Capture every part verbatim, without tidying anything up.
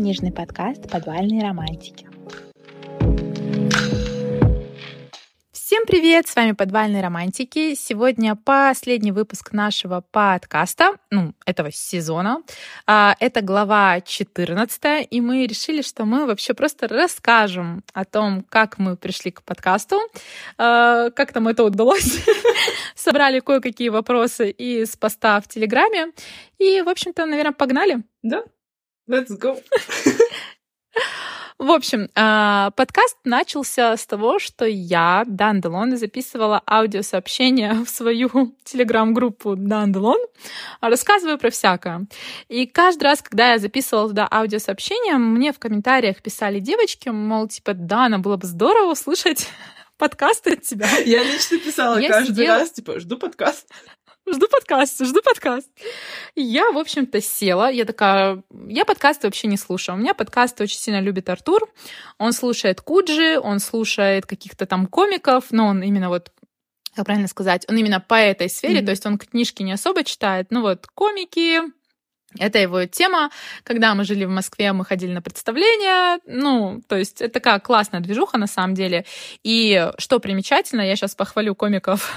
книжный подкаст «Подвальные романтики». Всем привет! С вами «Подвальные романтики». Сегодня последний выпуск нашего подкаста, ну, этого сезона. Это глава четырнадцатая, и мы решили, что мы вообще просто расскажем о том, как мы пришли к подкасту, как нам это удалось. Собрали кое-какие вопросы из поста в Телеграме. И, в общем-то, наверное, погнали. Да, let's go. В общем, подкаст начался с того, что я, Данделон, записывала аудиосообщение в свою телеграм-группу Данделон, рассказывая про всякое. И каждый раз, когда я записывала туда аудиосообщение, мне в комментариях писали девочки, мол, типа, Дана, было бы здорово услышать подкасты от тебя. Я лично писала я каждый сидела... раз, типа, жду подкаст. Жду подкаст, жду подкаст. И я, в общем-то, села. Я такая... Я подкасты вообще не слушаю. У меня подкасты очень сильно любит Артур. Он слушает Куджи, он слушает каких-то там комиков, но он именно вот, как правильно сказать, он именно по этой сфере, mm-hmm. то есть он книжки не особо читает. Ну вот, комики... Это его тема. Когда мы жили в Москве, мы ходили на представления. Ну, то есть это такая классная движуха на самом деле. И что примечательно, я сейчас похвалю комиков,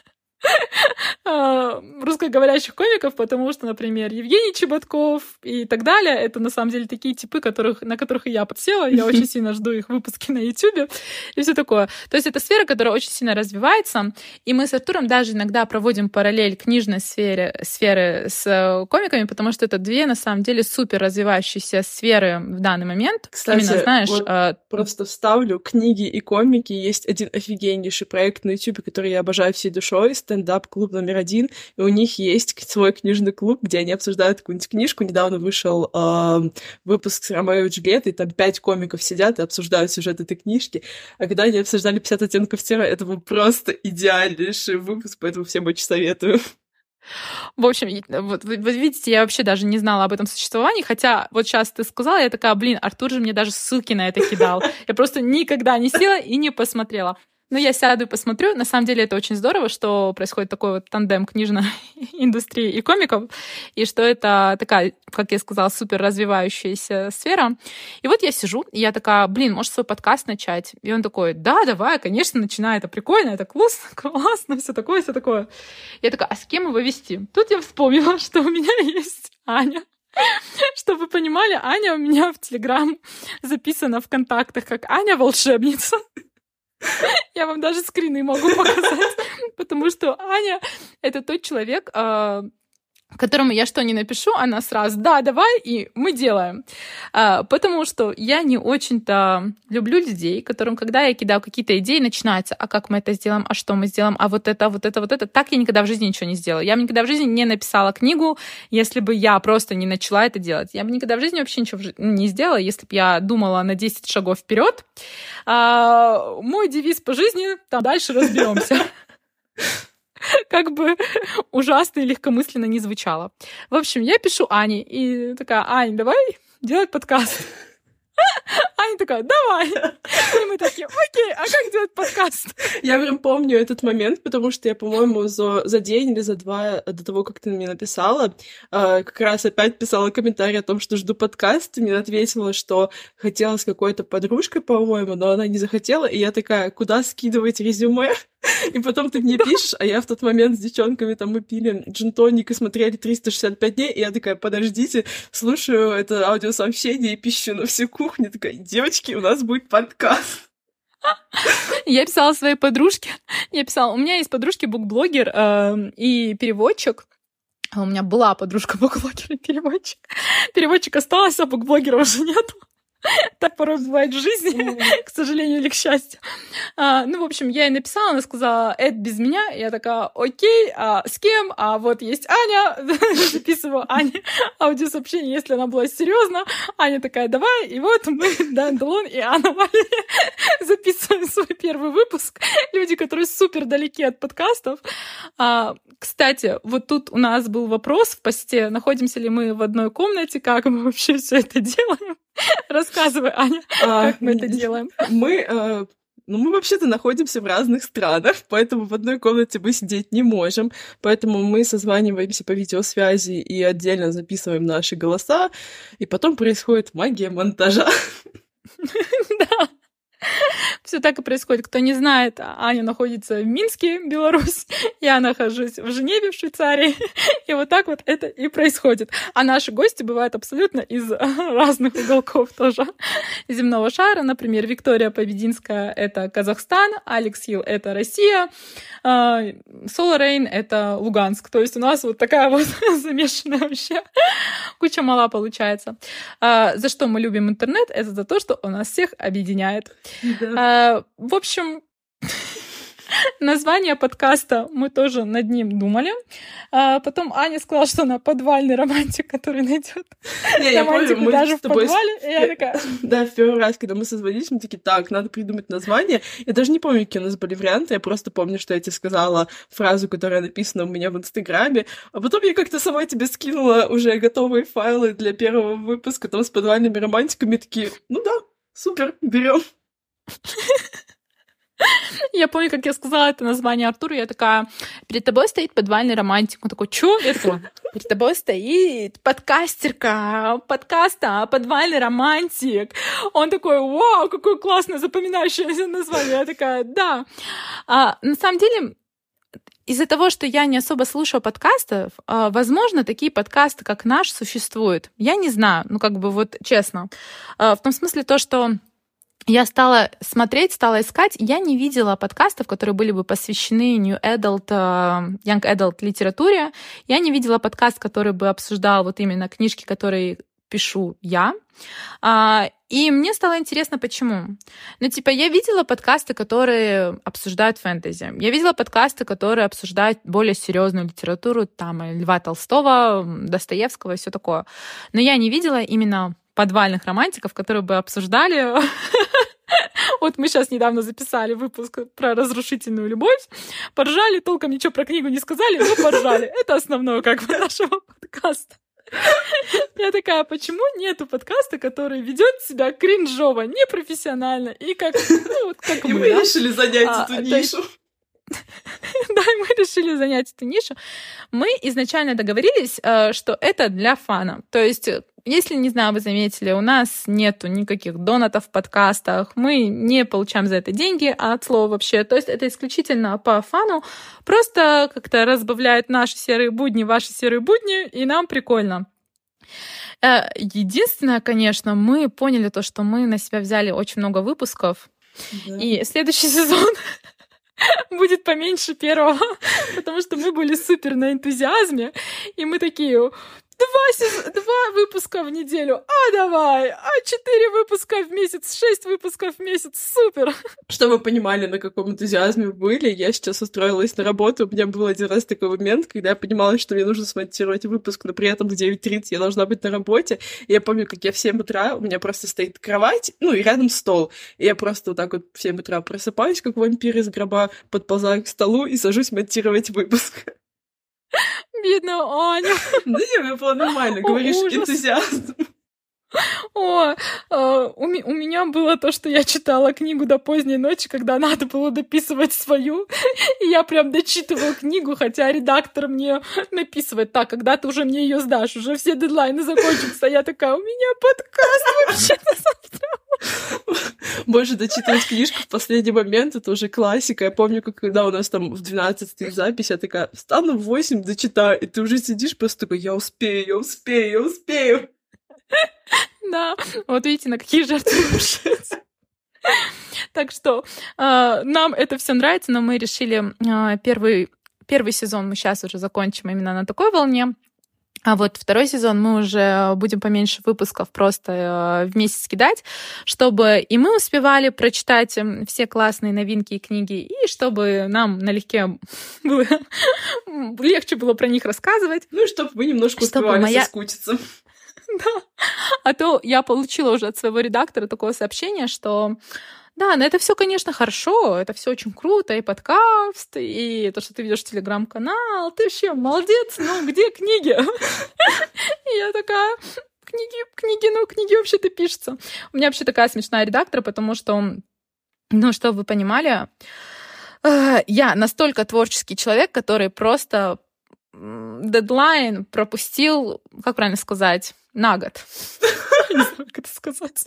русскоговорящих комиков, потому что, например, Евгений Чеботков и так далее, это на самом деле такие типы, которых, на которых и я подсела, я очень сильно жду их выпуски на Ютубе и все такое. То есть это сфера, которая очень сильно развивается, и мы с Артуром даже иногда проводим параллель книжной сфере, сферы с комиками, потому что это две, на самом деле, супер развивающиеся сферы в данный момент. Кстати, именно, знаешь, вот а... просто вставлю, книги и комики, есть один офигеннейший проект на Ютубе, который я обожаю всей душой, стендап-клуб номер один, и у них есть свой книжный клуб, где они обсуждают какую-нибудь книжку. Недавно вышел э, выпуск с Ромео и Джульеттой, и там пять комиков сидят и обсуждают сюжет этой книжки. А когда они обсуждали пятьдесят оттенков серого, это был просто идеальнейший выпуск, поэтому всем очень советую. В общем, вот вы видите, я вообще даже не знала об этом существовании, хотя вот сейчас ты сказала, я такая, блин, Артур же мне даже ссылки на это кидал. Я просто никогда не села и не посмотрела. Ну, я сяду и посмотрю. На самом деле это очень здорово, что происходит такой вот тандем книжной индустрии и комиков, и что это такая, как я сказала, супер развивающаяся сфера. И вот я сижу, и я такая, блин, может, свой подкаст начать? И он такой, да, давай, конечно, начинай, это прикольно, это классно, классно, все такое, все такое. Я такая, а с кем его вести? Тут я вспомнила, что у меня есть Аня. Чтобы вы понимали, Аня у меня в Телеграм записана в контактах как Аня-волшебница. Я вам даже скрины могу показать, потому что Аня — это тот человек, которому я что ни напишу, она сразу «да, давай», и мы делаем. Потому что я не очень-то люблю людей, которым, когда я кидаю какие-то идеи, начинается «а как мы это сделаем, а что мы сделаем, а вот это, вот это, вот это». Так я никогда в жизни ничего не сделала. Я бы никогда в жизни не написала книгу, если бы я просто не начала это делать. Я бы никогда в жизни вообще ничего не сделала, если бы я думала на десять шагов вперед. Мой девиз по жизни — там дальше разберемся. Как бы ужасно и легкомысленно не звучало. В общем, я пишу Ане, и такая, Ань, давай делать подкаст. Аня такая, давай. И мы такие, окей, а как делать подкаст? Я прям помню этот момент, потому что я, по-моему, за, за день или за два до того, как ты мне написала, э, как раз опять писала комментарий о том, что жду подкаст. Ты мне ответила, что хотела с какой-то подружкой, по-моему, но она не захотела. И я такая, куда скидывать резюме? И потом ты мне пишешь, а я в тот момент с девчонками там мы пили джин-тоник и смотрели триста шестьдесят пять дней, и я такая, подождите, слушаю это аудиосообщение и пищу на всю кухню. Такая, девочки, у нас будет подкаст. Я писала своей подружке, я писала, у меня есть подружки букблогер э, и переводчик. У меня была подружка букблогер и переводчик. Переводчик осталась, а букблогера уже нету. Так порой бывает в жизни, к сожалению или к счастью. А, ну, в общем, я ей написала, она сказала, это без меня. Я такая, окей, а с кем? А вот есть Аня. Записываю Ане аудиосообщение, если она была серьезна. Аня такая, давай. И вот мы, Данделон и Анна Валерия, записываем свой первый выпуск. Люди, которые супер далеки от подкастов. А, кстати, вот тут у нас был вопрос в посте, находимся ли мы в одной комнате, как мы вообще все это делаем. Рассказывай, Аня, а, как мы это делаем. Мы э, ну, мы вообще-то находимся в разных странах, поэтому в одной комнате мы сидеть не можем, поэтому мы созваниваемся по видеосвязи и отдельно записываем наши голоса, и потом происходит магия монтажа. Да. Все так и происходит. Кто не знает, Аня находится в Минске, Беларусь, я нахожусь в Женеве, в Швейцарии, и вот так вот это и происходит. А наши гости бывают абсолютно из разных уголков тоже земного шара. Например, Виктория Побединская — это Казахстан, Алекс Хилл — это Россия, Соло Рейн — это Луганск. То есть у нас вот такая вот замешанная вообще куча мала получается. За что мы любим интернет? Это за то, что он нас всех объединяет. Да. В общем, название подкаста мы тоже над ним думали. Потом Аня сказала, что она подвальный романтик, который найдет романтику даже в подвале. И я такая... Да, в первый раз, когда мы созвонились, мы такие, так, надо придумать название. Я даже не помню, какие у нас были варианты. Я просто помню, что я тебе сказала фразу, которая написана у меня в Инстаграме. А потом я как-то сама тебе скинула уже готовые файлы для первого выпуска там с подвальными романтиками. Такие, ну да, супер, берем. Я помню, как я сказала это название Артуру, я такая, перед тобой стоит подвальный романтик. Он такой, чё? Я такая, перед тобой стоит подкастерка подкаста «Подвальный романтик». Он такой, вау, какое классное запоминающееся название. Я такая, да. А, на самом деле, из-за того, что я не особо слушаю подкастов, возможно, такие подкасты, как наш, существуют. Я не знаю, ну как бы вот честно. В том смысле то, что я стала смотреть, стала искать, я не видела подкастов, которые были бы посвящены New Adult, Young Adult литературе. Я не видела подкаст, который бы обсуждал вот именно книжки, которые пишу я. И мне стало интересно, почему. Ну, типа, я видела подкасты, которые обсуждают фэнтези. Я видела подкасты, которые обсуждают более серьезную литературу, там, Льва Толстого, Достоевского и все такое. Но я не видела именно подвальных романтиков, которые бы обсуждали... Вот мы сейчас недавно записали выпуск про разрушительную любовь. Поржали, толком ничего про книгу не сказали, но поржали. Это основное как бы нашего подкаста. Я такая, почему нету подкаста, который ведет себя кринжово, непрофессионально и как, ну, вот как и мы. мы да? решили занять а, эту нишу. Есть... Да, и мы решили занять эту нишу. Мы изначально договорились, что это для фана. То есть, если, не знаю, вы заметили, у нас нету никаких донатов в подкастах, мы не получаем за это деньги от слова вообще. То есть это исключительно по фану. Просто как-то разбавляет наши серые будни, ваши серые будни, и нам прикольно. Единственное, конечно, мы поняли то, что мы на себя взяли очень много выпусков, да. И следующий сезон будет поменьше первого, потому что мы были супер на энтузиазме, и мы такие... Два, сез... Два выпуска в неделю, а давай, а четыре выпуска в месяц, шесть выпусков в месяц, супер. Чтобы вы понимали, на каком энтузиазме вы были, я сейчас устроилась на работу, у меня был один раз такой момент, когда я понимала, что мне нужно смонтировать выпуск, но при этом в девять тридцать я должна быть на работе, и я помню, как я в семь утра, у меня просто стоит кровать, ну и рядом стол, и я просто вот так вот в семь утра просыпаюсь, как вампир из гроба, подползаю к столу и сажусь монтировать выпуск. Бедная Аня. Да не, мне было нормально, говоришь, энтузиазм. О, э, у, ми- у меня было то, что я читала книгу до поздней ночи, когда надо было дописывать свою, и я прям дочитывала книгу, хотя редактор мне написывает, так, когда ты уже мне ее сдашь, уже все дедлайны закончатся, я такая, у меня подкаст вообще-то завтра. Больше дочитывать книжку в последний момент, это уже классика. Я помню, как когда у нас там в двенадцать стоит запись, я такая, встану в восемь, дочитаю, и ты уже сидишь просто такой, я успею, я успею, я успею. Да, вот видите, на какие жертвы решаются. Так что э, нам это все нравится, но мы решили э, первый, первый сезон мы сейчас уже закончим именно на такой волне. А вот второй сезон мы уже будем поменьше выпусков просто э, в месяц кидать, чтобы и мы успевали прочитать все классные новинки и книги, и чтобы нам налегке было легче было про них рассказывать. Ну и чтобы вы немножко успевали моя... соскучиться. Да. А то я получила уже от своего редактора такое сообщение, что да, но это все, конечно, хорошо, это все очень круто, и подкаст, и то, что ты ведешь телеграм-канал, ты вообще молодец, ну где книги? И я такая, книги, книги, ну книги вообще-то пишутся. У меня вообще такая смешная редактор, потому что Ну, чтобы вы понимали, я настолько творческий человек, который просто дедлайн пропустил, как правильно сказать, на год. Не знаю, как это сказать.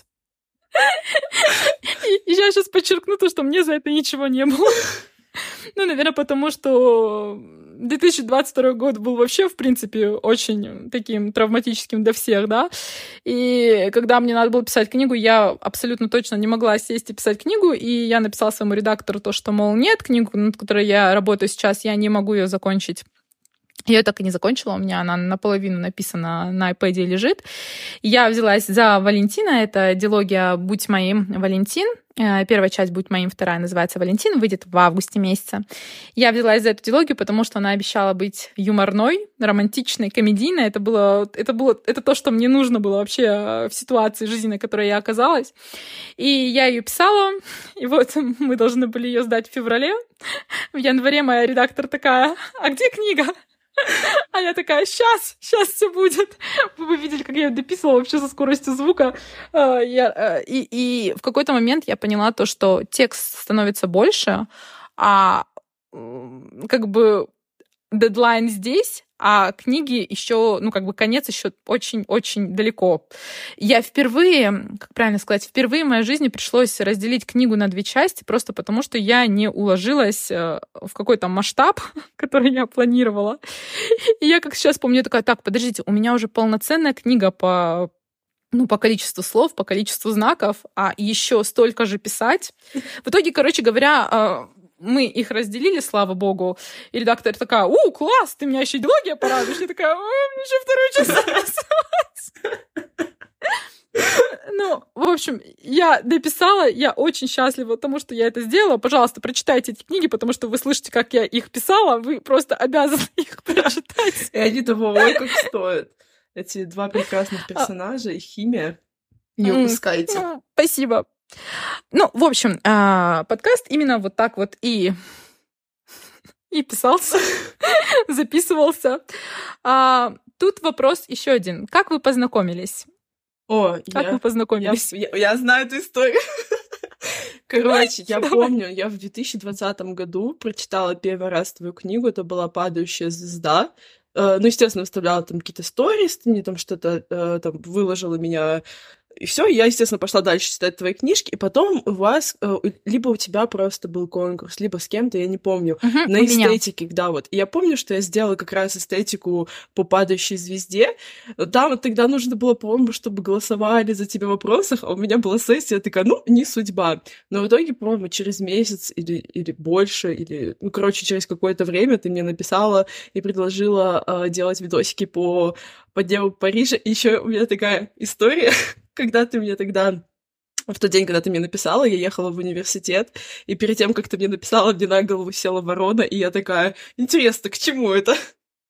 И я сейчас подчеркну то, что мне за это ничего не было. Ну, наверное, потому что две тысячи двадцать второй год был вообще, в принципе, очень таким травматическим для всех, да. И когда мне надо было писать книгу, я абсолютно точно не могла сесть и писать книгу, и я написала своему редактору то, что, мол, нет, книгу, над которой я работаю сейчас, я не могу ее закончить. Я ее так и не закончила, у меня она наполовину написана на iPad лежит. Я взялась за Валентина, это дилогия «Будь моим, Валентин». Первая часть «Будь моим», вторая называется «Валентин», выйдет в августе месяце. Я взялась за эту дилогию, потому что она обещала быть юморной, романтичной, комедийной. Это было, это было, это то, что мне нужно было вообще в ситуации жизни, в которой я оказалась. И я ее писала, и вот мы должны были ее сдать в феврале. В январе моя редактор такая: «А где книга?» А я такая: сейчас, сейчас все будет. Вы бы видели, как я ее дописывала вообще со скоростью звука. Я, и, и в какой-то момент я поняла то, что текст становится больше, а как бы дедлайн здесь, а книги еще, ну, как бы конец еще очень-очень далеко. Я впервые, как правильно сказать, впервые в моей жизни пришлось разделить книгу на две части, просто потому что я не уложилась в какой-то масштаб, который я планировала. И я, как сейчас помню, такая: так, подождите, у меня уже полноценная книга по ну, по количеству слов, по количеству знаков, а еще столько же писать. В итоге, короче говоря, мы их разделили, слава богу, и редактор такая: «У, класс, ты меня еще идеология порадуешь». Я такая: мне еще вторую часть рисовать. Ну, в общем, я дописала, я очень счастлива, потому что я это сделала. Пожалуйста, прочитайте эти книги, потому что вы слышите, как я их писала, вы просто обязаны их прочитать. И они того ой как стоят. Эти два прекрасных персонажа и химия. Не упускайте. Спасибо. Ну, в общем, подкаст именно вот так вот и, и писался, записывался. А, тут вопрос еще один. Как вы познакомились? О, как я, вы познакомились? Я, я, я знаю эту историю. Короче, я помню, я в две тысячи двадцатом году прочитала первый раз твою книгу, это была «Падающая звезда». Ну, естественно, выставляла там какие-то сторис, ты мне там что-то там выложила меня. И все, я, естественно, пошла дальше читать твои книжки, и потом у вас, либо у тебя просто был конкурс, либо с кем-то, я не помню, uh-huh, на эстетике, да, вот. И я помню, что я сделала как раз эстетику по «Падающей звезде». Там тогда нужно было, по-моему, чтобы голосовали за тебя в вопросах, а у меня была сессия, такая: ну, не судьба. Но в итоге, по-моему, через месяц или, или больше, или, ну, короче, через какое-то время ты мне написала и предложила э, делать видосики по, по делу Парижа. И еще у меня такая история, когда ты мне тогда, в тот день, когда ты мне написала, я ехала в университет, и перед тем, как ты мне написала, мне на голову села ворона, и я такая: интересно, к чему это?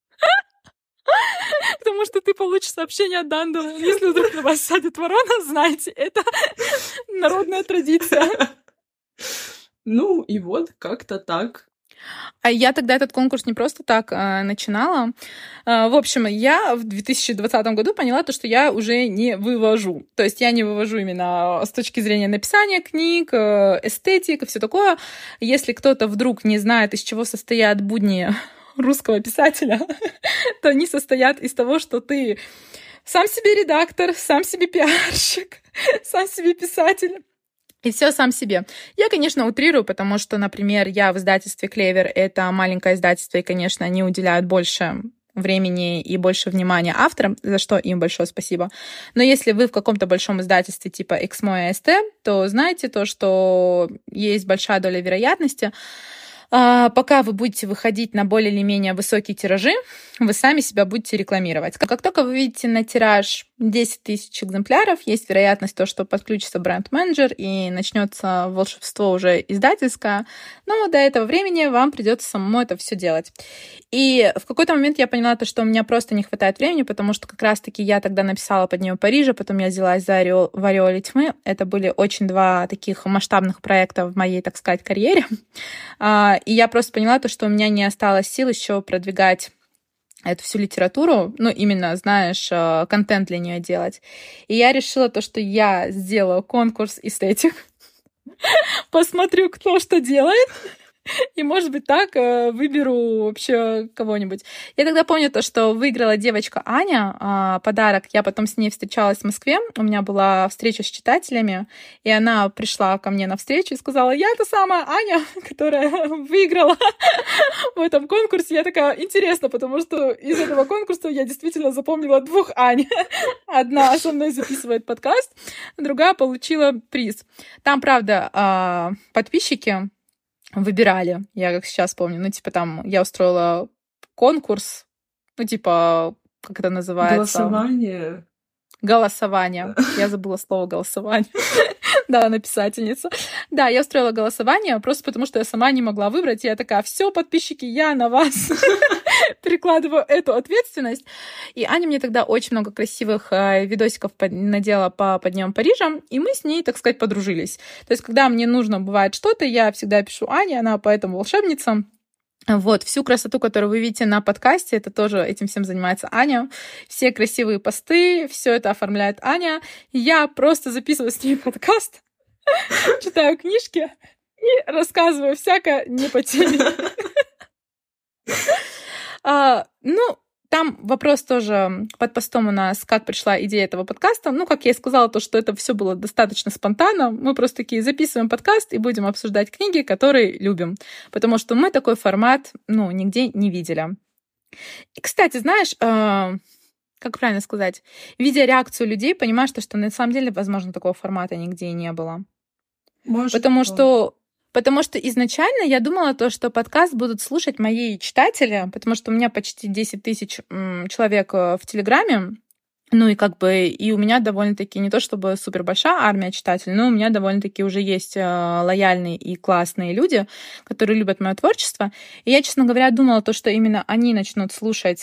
Потому что ты получишь сообщение от Дандала. Если вдруг на вас сядет ворона, знайте, это народная традиция. Ну, и вот как-то так. А я тогда этот конкурс не просто так а, начинала. А, в общем, я в две тысячи двадцатом году поняла то, что я уже не вывожу. То есть я не вывожу именно с точки зрения написания книг, эстетик и все такое. Если кто-то вдруг не знает, из чего состоят будни русского писателя, то они состоят из того, что ты сам себе редактор, сам себе пиарщик, сам себе писатель. И все сам себе. Я, конечно, утрирую, потому что, например, я в издательстве «Клевер», это маленькое издательство, и, конечно, они уделяют больше времени и больше внимания авторам, за что им большое спасибо. Но если вы в каком-то большом издательстве типа «Эксмо» и «АСТ», то знаете то, что есть большая доля вероятности, пока вы будете выходить на более или менее высокие тиражи, вы сами себя будете рекламировать. Как только вы видите на тираж десять тысяч экземпляров, есть вероятность то, что подключится бренд-менеджер и начнется волшебство уже издательское. Но до этого времени вам придется самому это все делать. И в какой-то момент я поняла то, что у меня просто не хватает времени, потому что как раз-таки я тогда написала «Под небом Парижа», потом я взялась за «Ореол, в ореоле тьмы». Это были очень два таких масштабных проекта в моей, так сказать, карьере. И я просто поняла то, что у меня не осталось сил еще продвигать эту всю литературу, ну, именно, знаешь, контент для нее делать. И я решила то, что я сделаю конкурс эстетик. посмотрю, кто что делает. И, может быть, так выберу вообще кого-нибудь. Я тогда помню то, что выиграла девочка Аня подарок. Я потом с ней встречалась в Москве. У меня была встреча с читателями, и она пришла ко мне на встречу и сказала: я та самая Аня, которая выиграла в этом конкурсе. Я такая: интересно, потому что из этого конкурса я действительно запомнила двух Ань. Одна со мной записывает подкаст, другая получила приз. Там, правда, подписчики выбирали, я как сейчас помню, ну, типа, там, я устроила конкурс, ну, типа, как это называется? Голосование. Голосование. Я забыла слово голосование. Да, она писательница. Да, я устроила голосование просто потому, что я сама не могла выбрать. Я такая: все, подписчики, я на вас перекладываю эту ответственность. И Аня мне тогда очень много красивых видосиков надела по, по дням Парижа, и мы с ней, так сказать, подружились. То есть, когда мне нужно бывает что-то, я всегда пишу Ане, она поэтому волшебница. Вот, всю красоту, которую вы видите на подкасте, это тоже этим всем занимается Аня. Все красивые посты, все это оформляет Аня. Я просто записываю с ней подкаст, читаю книжки и рассказываю всякое не по теме. Ну, там вопрос тоже под постом у нас, как пришла идея этого подкаста. Ну, как я и сказала, то, что это все было достаточно спонтанно. Мы просто такие записываем подкаст и будем обсуждать книги, которые любим. Потому что мы такой формат, ну, нигде не видели. И, кстати, знаешь, э, как правильно сказать, видя реакцию людей, понимаешь, что, что на самом деле, возможно, такого формата нигде и не было. Может, Потому что... Потому что изначально я думала то, что подкаст будут слушать мои читатели, потому что у меня почти десять тысяч человек в Телеграме, ну и как бы и у меня довольно-таки не то чтобы супер большая армия читателей, но у меня довольно-таки уже есть лояльные и классные люди, которые любят мое творчество. И я, честно говоря, думала то, что именно они начнут слушать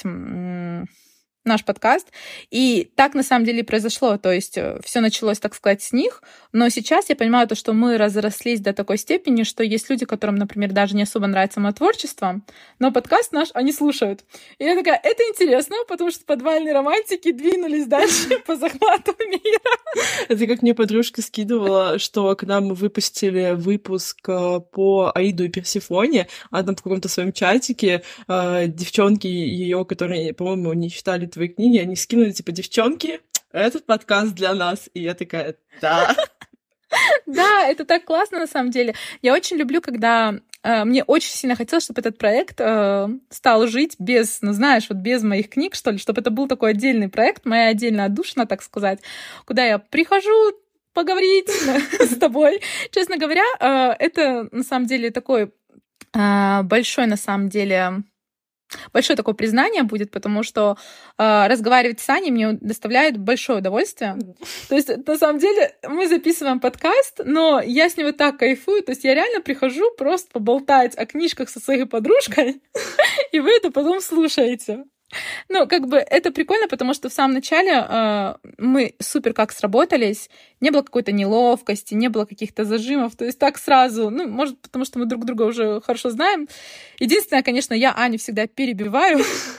наш подкаст. И так на самом деле произошло. То есть все началось, так сказать, с них. Но сейчас я понимаю то, что мы разрослись до такой степени, что есть люди, которым, например, даже не особо нравится мое творчество, но подкаст наш они слушают. И я такая: это интересно, потому что подвальные романтики двинулись дальше по захвату мира. Это как мне подружка скидывала, что когда мы выпустили выпуск по Аиду и Персефоне, а там в каком-то своем чатике девчонки ее, которые, по-моему, не читали твои книги, они скинули, типа: девчонки, этот подкаст для нас. И я такая: да. Да, это так классно, на самом деле. Я очень люблю, когда э, мне очень сильно хотелось, чтобы этот проект э, стал жить без, ну, знаешь, вот без моих книг, что ли, чтобы это был такой отдельный проект, моя отдельная отдушина, так сказать, куда я прихожу поговорить с тобой. Честно говоря, э, это, на самом деле, такой э, большой, на самом деле... Большое такое признание будет, потому что э, разговаривать с Аней мне доставляет большое удовольствие. То есть, на самом деле, мы записываем подкаст, но я с него так кайфую. То есть я реально прихожу просто поболтать о книжках со своей подружкой, и вы это потом слушаете. Ну, как бы это прикольно, потому что в самом начале э, мы супер как сработались, не было какой-то неловкости, не было каких-то зажимов, то есть так сразу, ну, может, потому что мы друг друга уже хорошо знаем. Единственное, конечно, я Аню всегда перебиваю.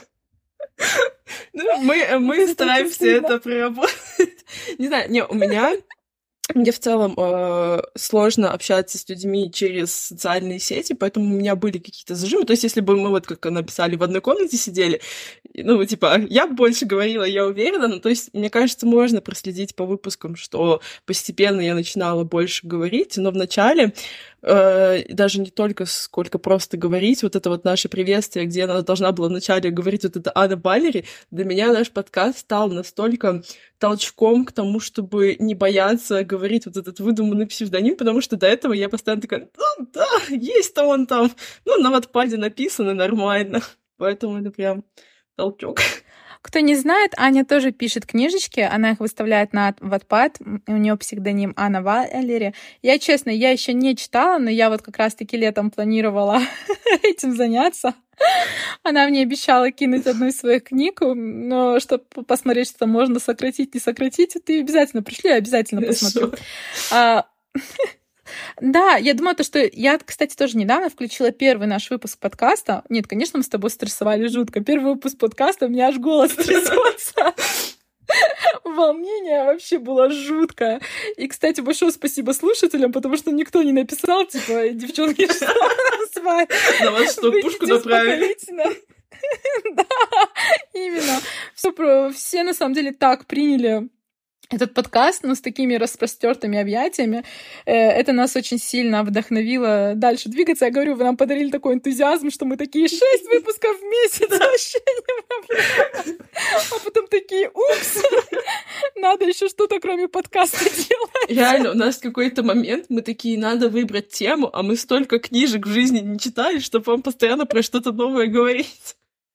Мы, мы стараемся это проработать. Не знаю, не, у меня... Мне в целом э, сложно общаться с людьми через социальные сети, поэтому у меня были какие-то зажимы. То есть, если бы мы, вот как написали, в одной комнате сидели, ну, типа, я бы больше говорила, я уверена, ну, то есть, мне кажется, можно проследить по выпускам, что постепенно я начинала больше говорить, но вначале э, даже не только сколько просто говорить, вот это вот наше приветствие, где она должна была вначале говорить вот это Анна Балери, для меня наш подкаст стал настолько толчком к тому, чтобы не бояться говорить вот этот выдуманный псевдоним, потому что до этого я постоянно такая: ну да, есть-то он там, ну, на Wattpad написано нормально. Поэтому это прям толчок. Кто не знает, Аня тоже пишет книжечки, она их выставляет на Wattpad, у нее псевдоним Анна Валери. Я, честно, я еще не читала, но я вот как раз-таки летом планировала этим заняться. Она мне обещала кинуть одну из своих книг, но чтобы посмотреть, что можно сократить, не сократить, ты обязательно пришли, я обязательно посмотрю. А, да, я думаю, то, что я, кстати, тоже недавно включила первый наш выпуск подкаста. Нет, конечно, мы с тобой стрессовали жутко. Первый выпуск подкаста, у меня аж голос трясется. волнение вообще было жуткое. И, кстати, большое спасибо слушателям, потому что никто не написал, типа, девчонки, что с вами? На вас что, пушку направили? Да, именно. Все, все на самом деле так приняли этот подкаст, но с такими распростертыми объятиями. Это нас очень сильно вдохновило дальше двигаться. Я говорю, вы нам подарили такой энтузиазм, что мы такие шесть выпусков в месяц, вообще не проблема. А потом такие, упс, надо еще что-то кроме подкаста делать. Реально, у нас в какой-то момент мы такие, надо выбрать тему, а мы столько книжек в жизни не читали, чтобы вам постоянно про что-то новое говорить.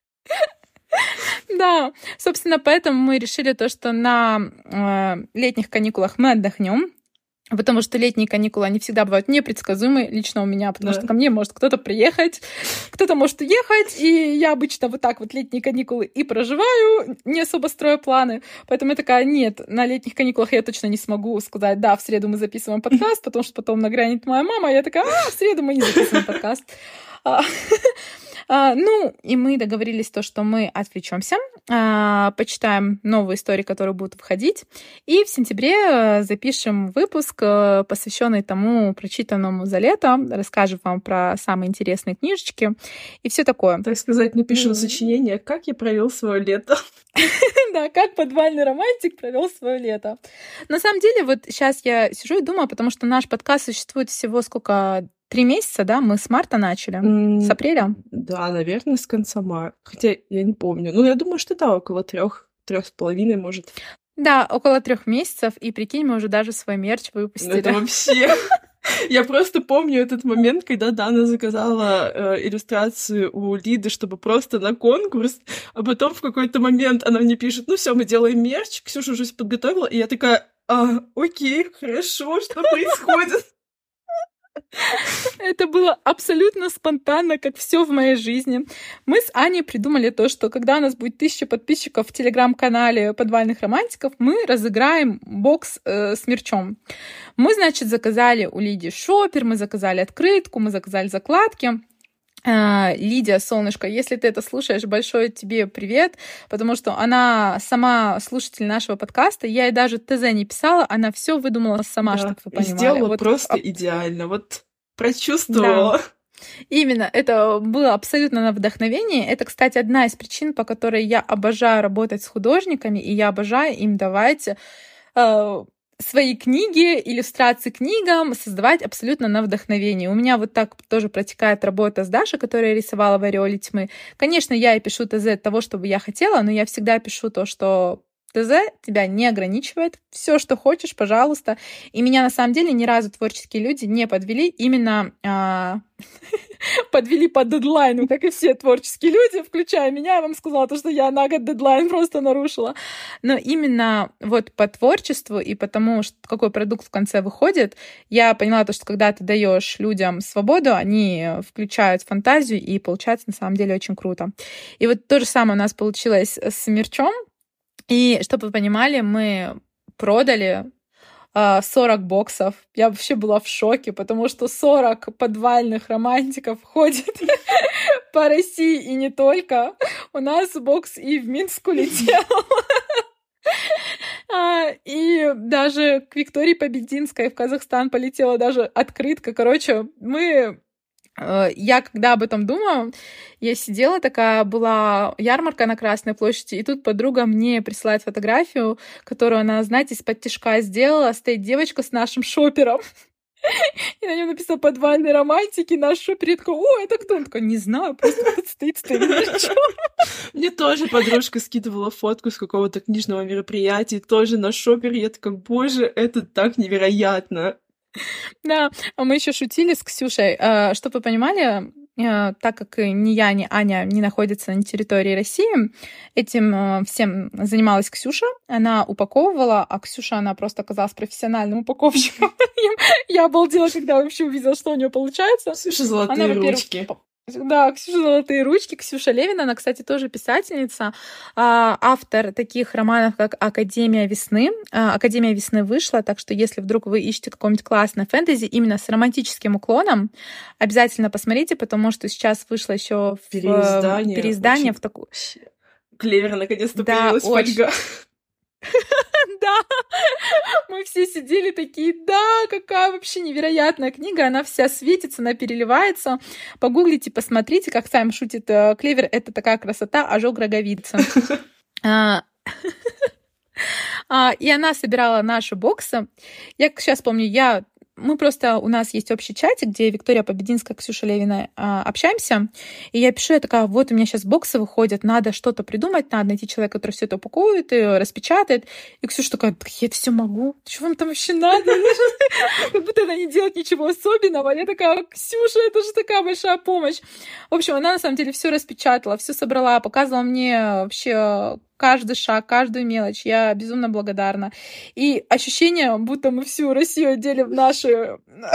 Да, собственно, поэтому мы решили то, что на э, летних каникулах мы отдохнем, потому что летние каникулы, они всегда бывают непредсказуемы, лично у меня, потому да. что ко мне может кто-то приехать, кто-то может уехать, и я обычно вот так вот летние каникулы и проживаю, не особо строю планы, поэтому я такая, нет, на летних каникулах я точно не смогу сказать, да, в среду мы записываем подкаст, потому что потом нагрянет моя мама, и я такая, а, в среду мы не записываем подкаст. Uh, ну, и мы договорились то, что мы отвлечемся, uh, почитаем новые истории, которые будут выходить, и в сентябре uh, запишем выпуск, uh, посвященный тому прочитанному за лето, расскажем вам про самые интересные книжечки и все такое. Так сказать, напишем mm-hmm. сочинение, как я провел свое лето. Да, как подвальный романтик провел свое лето. На самом деле, вот сейчас я сижу и думаю, потому что наш подкаст существует всего сколько... Три месяца, да? Мы с марта начали. Mm, с апреля? Да, наверное, с конца марта. Хотя я не помню. Ну, я думаю, что да, около трех, трех с половиной, может. Да, около трех месяцев. И прикинь, мы уже даже свой мерч выпустили. Ну, это вообще... Я просто помню этот момент, когда Дана заказала э, иллюстрацию у Лиды, чтобы просто на конкурс, а потом в какой-то момент она мне пишет, ну все, мы делаем мерч, Ксюша уже все подготовила, и я такая, а, окей, хорошо, что происходит? Это было абсолютно спонтанно, как все в моей жизни. Мы с Аней придумали то, что когда у нас будет тысяча подписчиков в телеграм-канале подвальных романтиков, мы разыграем бокс э, с мерчом. Мы, значит, заказали у Лиди шопер, мы заказали открытку, мы заказали закладки. Uh, Лидия, солнышко, если ты это слушаешь, большой тебе привет, потому что она сама слушатель нашего подкаста, я ей даже ТЗ не писала, она все выдумала сама, да, чтобы вы понимали. Сделала вот, просто об... идеально, вот прочувствовала. Да. Именно, это было абсолютно на вдохновение. Это, кстати, одна из причин, по которой я обожаю работать с художниками, и я обожаю им давать uh, свои книги, иллюстрации к книгам создавать абсолютно на вдохновении. У меня вот так тоже протекает работа с Дашей, которая рисовала в «Ореоле тьмы». Конечно, я и пишу ТЗ того, что бы я хотела, но я всегда пишу то, что ТЗ тебя не ограничивает. Все, что хочешь, пожалуйста. И меня, на самом деле, ни разу творческие люди не подвели. Именно а... подвели под дедлайн, как и все творческие люди, включая меня. Я вам сказала, то, что я на год дедлайн просто нарушила. Но именно вот по творчеству и по тому, что, какой продукт в конце выходит, я поняла то, что когда ты даешь людям свободу, они включают фантазию, и получается на самом деле очень круто. И вот то же самое у нас получилось с мерчом. И чтобы вы понимали, мы продали сорок боксов. Я вообще была в шоке, потому что сорок подвальных романтиков ходит по России и не только. У нас бокс и в Минск улетел. И даже к Виктории Побединской в Казахстан полетела даже открытка. Короче, мы... Я, когда об этом думаю, я сидела такая, была ярмарка на Красной площади, и тут подруга мне присылает фотографию, которую она, знаете, из-под тишка сделала. Стоит девочка с нашим шопером. И на нем написано «Подвальные романтики», наш шопер. Я такая, о, это кто? Он такой, не знаю, просто тут стоит, стоит. Мне тоже подружка скидывала фотку с какого-то книжного мероприятия, тоже на шопере. Я такая, боже, это так невероятно. Да, а мы еще шутили с Ксюшей. Чтобы вы понимали, так как ни я, ни Аня не находятся на территории России, этим всем занималась Ксюша. Она упаковывала, а Ксюша, она просто оказалась профессиональным упаковщиком. Я обалдела, когда вообще увидела, что у нее получается. Ксюша золотые ручки. Да, Ксюша «Золотые ручки», Ксюша Левина, она, кстати, тоже писательница, автор таких романов, как «Академия весны». «Академия весны» вышла, так что если вдруг вы ищете какое-нибудь классное фэнтези именно с романтическим уклоном, обязательно посмотрите, потому что сейчас вышло еще переиздание, переиздание в такую... Клевер наконец-то да, появилась очень... фольга. Мы все сидели такие, да, какая вообще невероятная книга, она вся светится, она переливается. Погуглите, посмотрите, как сам шутит Клевер, это такая красота, ожог роговицы. И она собирала наши боксы. Я сейчас помню, я... Мы просто... У нас есть общий чатик, где Виктория Побединская, Ксюша Левина а, общаемся. И я пишу, я такая, вот у меня сейчас боксы выходят, надо что-то придумать, надо найти человека, который все это упакует и распечатает. И Ксюша такая, я все могу. Что вам там вообще надо? Как будто она не делает ничего особенного. Я такая, Ксюша, это же такая большая помощь. В общем, она на самом деле все распечатала, все собрала, показывала мне вообще каждый шаг, каждую мелочь. Я безумно благодарна. И ощущение, будто мы всю Россию одели в наши...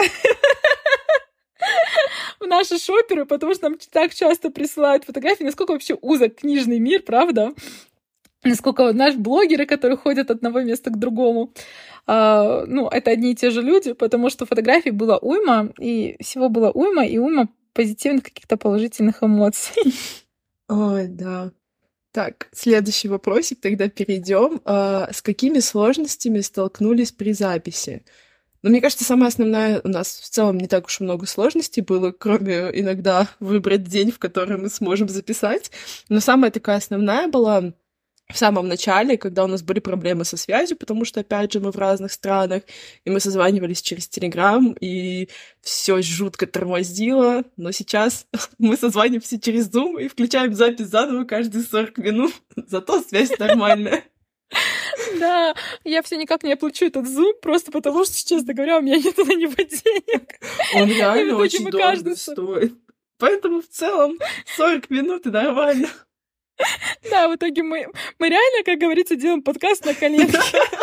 в наши шоперы, потому что нам так часто присылают фотографии, насколько вообще узок книжный мир, правда? Насколько наши блогеры, которые ходят от одного места к другому, а, ну, это одни и те же люди, потому что фотографий было уйма, и всего было уйма, и уйма позитивных каких-то положительных эмоций. Ой, да. Так, следующий вопросик, тогда перейдем. А, с какими сложностями столкнулись при записи? Ну, мне кажется, самая основная у нас в целом не так уж и много сложностей было, кроме иногда выбрать день, в который мы сможем записать. Но самая такая основная была в самом начале, когда у нас были проблемы со связью, потому что, опять же, мы в разных странах, и мы созванивались через Телеграм, и все жутко тормозило, но сейчас мы созваниваемся через Zoom и включаем запись заново каждые сорок минут, зато связь нормальная. Да, я все никак не оплачу этот Zoom, просто потому что, честно говоря, у меня нет на него денег. Он реально очень дорого каждый... стоит. Поэтому в целом сорок минут и нормально. Да, в итоге мы, мы реально, как говорится, делаем подкаст на коленке.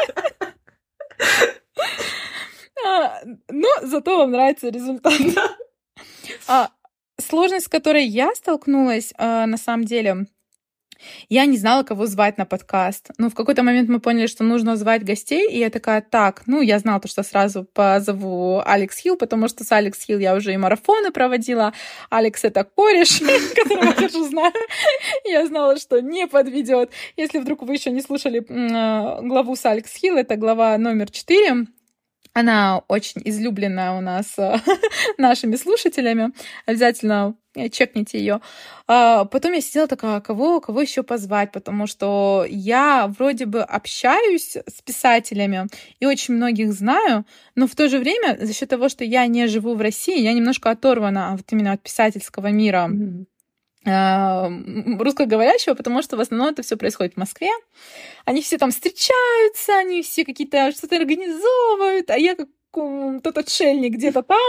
Но зато вам нравится результат. Сложность, с которой я столкнулась, на самом деле... Я не знала, кого звать на подкаст. Ну, в какой-то момент мы поняли, что нужно звать гостей, и я такая, так, ну, я знала то, что сразу позову Алекс Хилл, потому что с Алекс Хилл я уже и марафоны проводила. Алекс — это кореш, которого я тоже знаю. Я знала, что не подведет. Если вдруг вы еще не слушали главу с Алекс Хилл, это глава номер четыре. Она очень излюбленная у нас нашими слушателями. Обязательно чекните ее. Потом я сидела такая, кого, кого еще позвать, потому что я вроде бы общаюсь с писателями и очень многих знаю, но в то же время за счет того, что я не живу в России, я немножко оторвана вот именно от писательского мира. Mm-hmm. русскоговорящего, потому что в основном это все происходит в Москве. Они все там встречаются, они все какие-то что-то организовывают, а я как тот отшельник где-то там.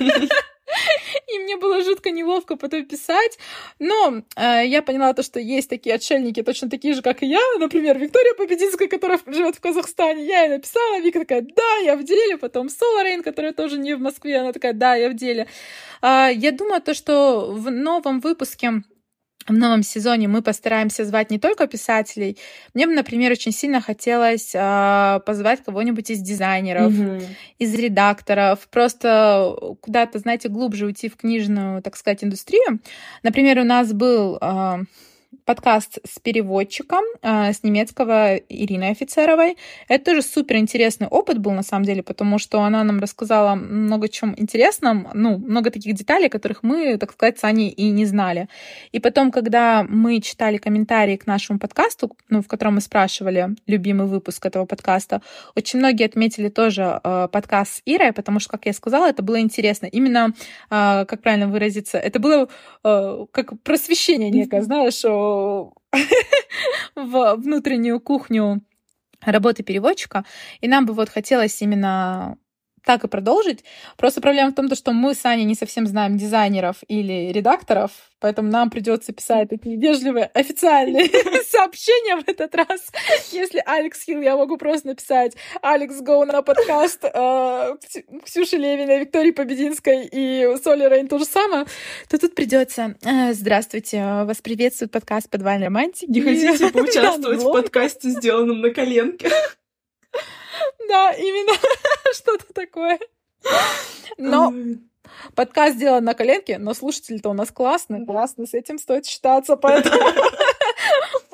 И мне было жутко неловко потом писать. Но э, я поняла то, что есть такие отшельники, точно такие же, как и я. Например, Виктория Побединская, которая живет в Казахстане. Я ей написала, Вика такая, да, я в деле. Потом Сола Рейн, которая тоже не в Москве, она такая, да, я в деле. Э, я думаю, то, что в новом выпуске, в новом сезоне мы постараемся звать не только писателей. Мне бы, например, очень сильно хотелось э, позвать кого-нибудь из дизайнеров, mm-hmm. из редакторов, просто куда-то, знаете, глубже уйти в книжную, так сказать, индустрию. Например, у нас был э, подкаст с переводчиком э, с немецкого Ириной Офицеровой. Это тоже суперинтересный опыт был, на самом деле, потому что она нам рассказала много о чем интересном, ну, много таких деталей, которых мы, так сказать, с Аней и не знали. И потом, когда мы читали комментарии к нашему подкасту, ну, в котором мы спрашивали любимый выпуск этого подкаста, очень многие отметили тоже э, подкаст с Ирой, потому что, как я сказала, это было интересно. Именно, э, как правильно выразиться, это было э, как просвещение некое, знаешь, в внутреннюю кухню работы переводчика, и нам бы вот хотелось именно так и продолжить. Просто проблема в том, что мы с Аней не совсем знаем дизайнеров или редакторов, поэтому нам придется писать такие вежливые, официальные сообщения в этот раз. Если Алекс Хилл, я могу просто написать Алекс, go на подкаст Ксюши Левиной, Виктории Побединской и Соли Рейн то же самое, то тут придется здравствуйте, вас приветствует подкаст «Подвальной романтики». Не хотите поучаствовать в подкасте, сделанном на коленке? Да, именно что-то такое. Но подкаст сделан на коленке, но слушатели-то у нас классные. Классно, с этим стоит считаться, поэтому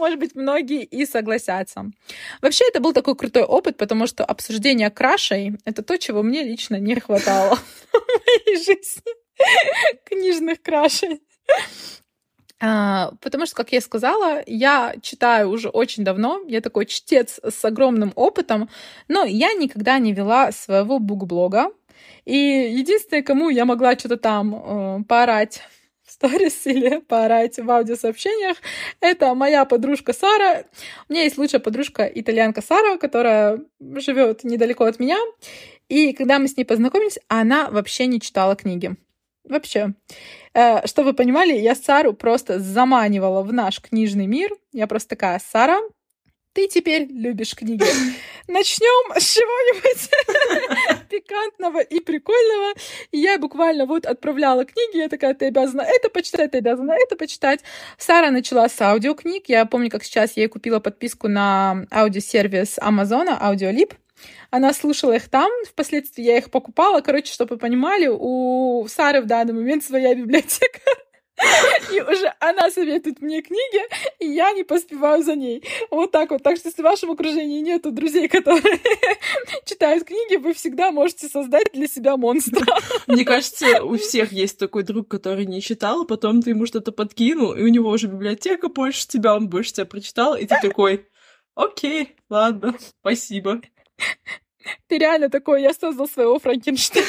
может быть, многие и согласятся. Вообще, это был такой крутой опыт, потому что обсуждение крашей — это то, чего мне лично не хватало в моей жизни. Книжных крашей. А, потому что, как я сказала, я читаю уже очень давно, я такой чтец с огромным опытом, но я никогда не вела своего букблога. И единственное, кому я могла что-то там э, поорать в сторис или поорать в аудиосообщениях, это моя подружка Сара. У меня есть лучшая подружка итальянка Сара, которая живет недалеко от меня. И когда мы с ней познакомились, она вообще не читала книги. Вообще. Чтобы вы понимали, я Сару просто заманивала в наш книжный мир. Я просто такая: Сара, ты теперь любишь книги. Начнем с чего-нибудь пикантного и прикольного. И я буквально вот отправляла книги. Я такая: ты обязана это почитать, ты обязана это почитать. Сара начала с аудиокниг. Я помню, как сейчас я ей купила подписку на аудиосервис Амазона, Audiolib. Она слушала их там, впоследствии я их покупала. Короче, чтобы вы понимали, у Сары в данный момент своя библиотека. И уже она советует мне книги, и я не поспеваю за ней. Вот так вот. Так что, если в вашем окружении нету друзей, которые читают книги, вы всегда можете создать для себя монстра. Мне кажется, у всех есть такой друг, который не читал, а потом ты ему что-то подкинул, и у него уже библиотека больше тебя, он больше тебя прочитал, и ты такой: окей, ладно, спасибо. Ты реально такой: я создал своего Франкенштейна.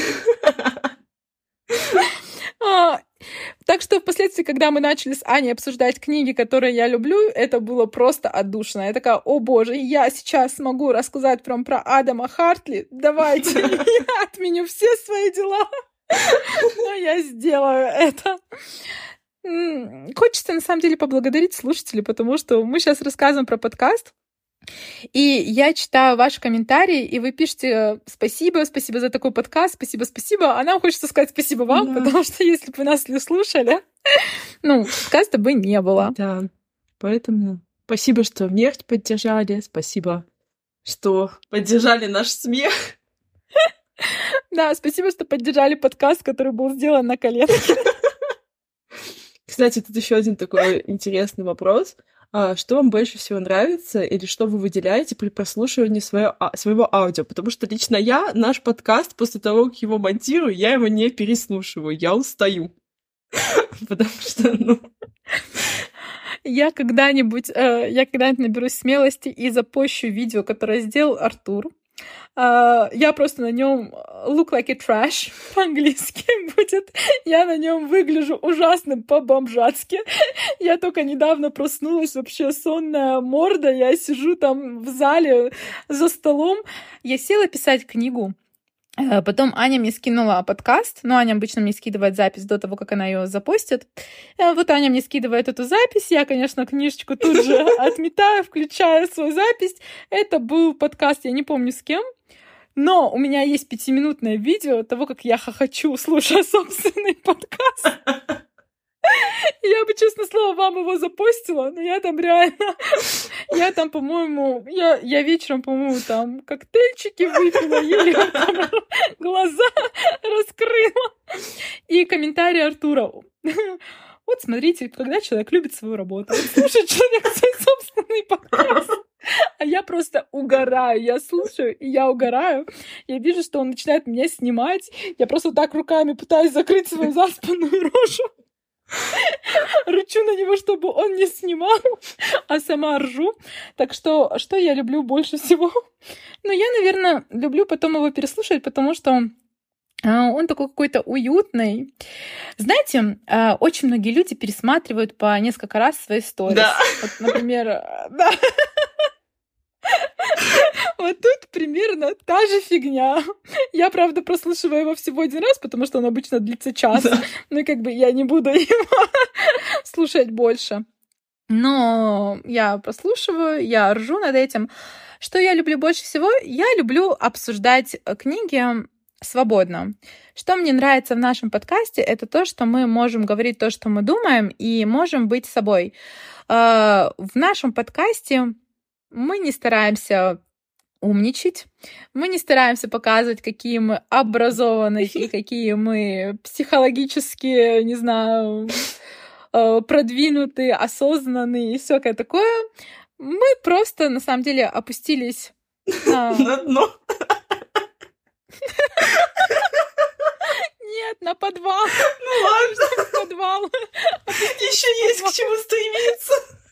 а, так что впоследствии, когда мы начали с Аней обсуждать книги, которые я люблю, это было просто отдушно. Я такая: о боже, я сейчас смогу рассказать прям про Адама Хартли. Давайте, я отменю все свои дела. Но я сделаю это. Хочется, на самом деле, поблагодарить слушателей, потому что мы сейчас рассказываем про подкаст. И я читаю ваши комментарии, и вы пишете: спасибо, спасибо за такой подкаст, спасибо, спасибо. А нам хочется сказать спасибо вам, да. Потому что если бы вы нас не слушали, ну, подкаста бы не было. Да, поэтому спасибо, что нефть поддержали, спасибо, что поддержали наш смех. Да, спасибо, что поддержали подкаст, который был сделан на коленке. Кстати, тут еще один такой интересный вопрос. А что вам больше всего нравится или что вы выделяете при прослушивании своего, своего аудио? Потому что лично я наш подкаст, после того, как его монтирую, я его не переслушиваю, я устаю. Потому что, ну... Я когда-нибудь, я когда-нибудь наберусь смелости и запощу видео, которое сделал Артур. Uh, я просто на нем look like a trash по-английски будет. Я на нем выгляжу ужасным по-бомжатски. Я только недавно проснулась, вообще сонная морда. Я сижу там в зале за столом. Я села писать книгу. Потом Аня мне скинула подкаст, но Аня обычно мне скидывает запись до того, как она ее запостит. Вот Аня мне скидывает эту запись, я, конечно, книжечку тут же отметаю, включаю свою запись. Это был подкаст, я не помню с кем, но у меня есть пятиминутное видео того, как я хохочу, слушая собственный подкаст. Я бы, честно слово, вам его запостила, но я там реально... Я там, по-моему... Я, я вечером, по-моему, там коктейльчики выпила, еле там глаза раскрыла. И комментарий Артура. Вот смотрите, когда человек любит свою работу, слушает человек свой собственный подкаст. А я просто угораю. Я слушаю, и я угораю. Я вижу, что он начинает меня снимать. Я просто так руками пытаюсь закрыть свою заспанную рожу. Рычу на него, чтобы он не снимал, а сама ржу. Так что, что я люблю больше всего? Ну, я, наверное, люблю потом его переслушать, потому что он такой какой-то уютный. Знаете, очень многие люди пересматривают по несколько раз свои сторис. Да. Вот, например, да. Вот тут примерно та же фигня. Я, правда, прослушиваю его всего один раз, потому что он обычно длится час. Да. Ну, как бы я не буду его слушать больше. Но я прослушиваю, я ржу над этим. Что я люблю больше всего? Я люблю обсуждать книги свободно. Что мне нравится в нашем подкасте, это то, что мы можем говорить то, что мы думаем, и можем быть собой. В нашем подкасте мы не стараемся умничать, мы не стараемся показывать, какие мы образованные и какие мы психологически, не знаю, э, продвинутые, осознанные и всякое такое. Мы просто, на самом деле, опустились на дно. Нет, на подвал. Ну ладно. Подвал. Еще есть к чему стремиться.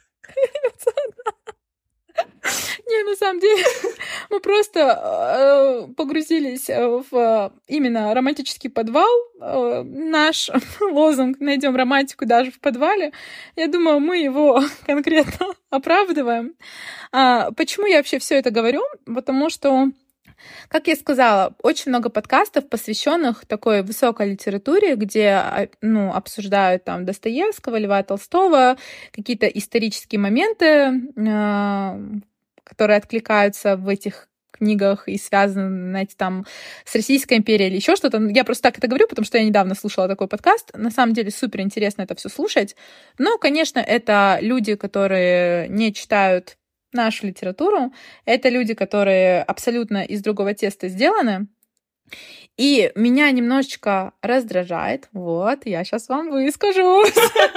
Не, на самом деле, мы просто э, погрузились в именно романтический подвал. Э, наш лозунг «Найдем романтику даже в подвале». Я думаю, мы его конкретно оправдываем. А, почему я вообще все это говорю? Потому что, как я сказала, очень много подкастов, посвященных такой высокой литературе, где ну, обсуждают там Достоевского, Льва Толстого, какие-то исторические моменты, э, которые откликаются в этих книгах и связаны, знаете, там с Российской империей или еще что-то. Я просто так это говорю, потому что я недавно слушала такой подкаст. На самом деле супер интересно это все слушать. Но, конечно, это люди, которые не читают нашу литературу. Это люди, которые абсолютно из другого теста сделаны. И меня немножечко раздражает. Вот, я сейчас вам выскажусь.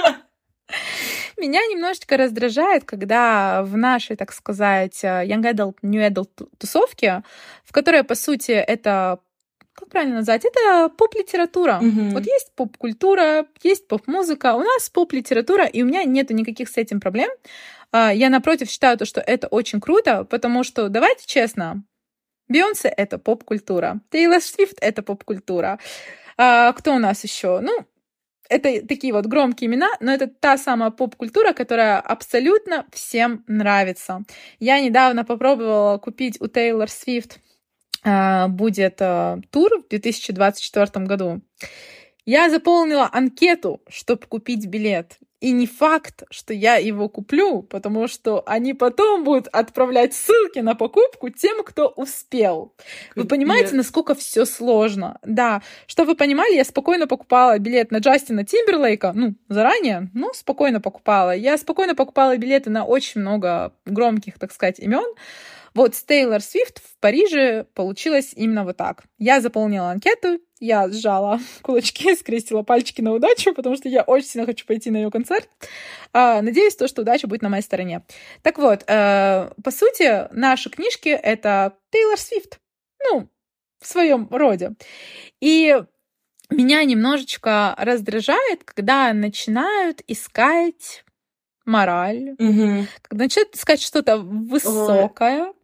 Меня немножечко раздражает, когда в нашей, так сказать, young adult, new adult тусовке, в которой, по сути, это, как правильно назвать, это поп-литература. Mm-hmm. Вот есть поп-культура, есть поп-музыка, у нас поп-литература, и у меня нету никаких с этим проблем. Я, напротив, считаю, что это очень круто, потому что, давайте честно, Бейонсе — это поп-культура, Тейлор Свифт — это поп-культура. А кто у нас еще? Ну, это такие вот громкие имена, но это та самая поп-культура, которая абсолютно всем нравится. Я недавно попробовала купить у Тейлор Свифт, э, будет э, тур в две тысячи двадцать четвёртом году. Я заполнила анкету, чтобы купить билет. И не факт, что я его куплю, потому что они потом будут отправлять ссылки на покупку тем, кто успел. Вы понимаете, насколько все сложно? Да, чтобы вы понимали, я спокойно покупала билет на Джастина Тимберлейка, ну, заранее, ну, спокойно покупала. Я спокойно покупала билеты на очень много громких, так сказать, имен. Вот с Тейлор Свифт в Париже получилось именно вот так. Я заполнила анкету, я сжала кулачки, скрестила пальчики на удачу, потому что я очень сильно хочу пойти на ее концерт. А, надеюсь, то, что удача будет на моей стороне. Так вот, э, по сути, наши книжки — это Тейлор Свифт. Ну, в своем роде. И меня немножечко раздражает, когда начинают искать мораль, угу. когда начинают искать что-то высокое. Ой.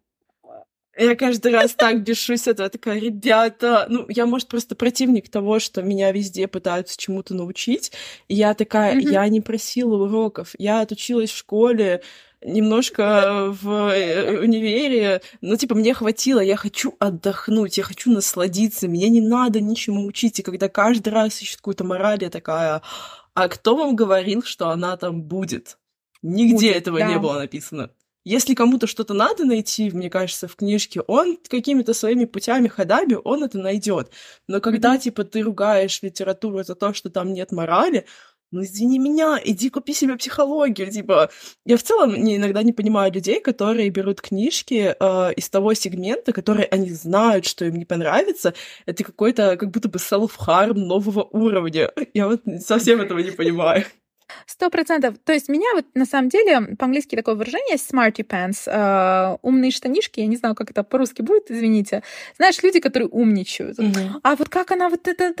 Я каждый раз так бешусь этого, такая, ребята, ну, я, может, просто противник того, что меня везде пытаются чему-то научить, и я такая, mm-hmm. я не просила уроков, я отучилась в школе, немножко в универе, ну, типа, мне хватило, я хочу отдохнуть, я хочу насладиться, мне не надо ничему учить, и когда каждый раз ищет какую-то мораль, я такая, а кто вам говорил, что она там будет? Нигде будет, этого да. не было написано. Если кому-то что-то надо найти, мне кажется, в книжке, он какими-то своими путями, ходами, он это найдет. Но когда, mm-hmm. типа, ты ругаешь литературу за то, что там нет морали, ну, извини меня, иди купи себе психологию. Типа, я в целом не, иногда не понимаю людей, которые берут книжки э, из того сегмента, который они знают, что им не понравится. Это какой-то, как будто бы self-harm нового уровня. Я вот совсем этого не понимаю. Сто процентов. То есть меня вот на самом деле по-английски такое выражение есть smarty pants, э, умные штанишки, я не знаю, как это по-русски будет, извините. Знаешь, люди, которые умничают. Mm-hmm. А вот как она вот это...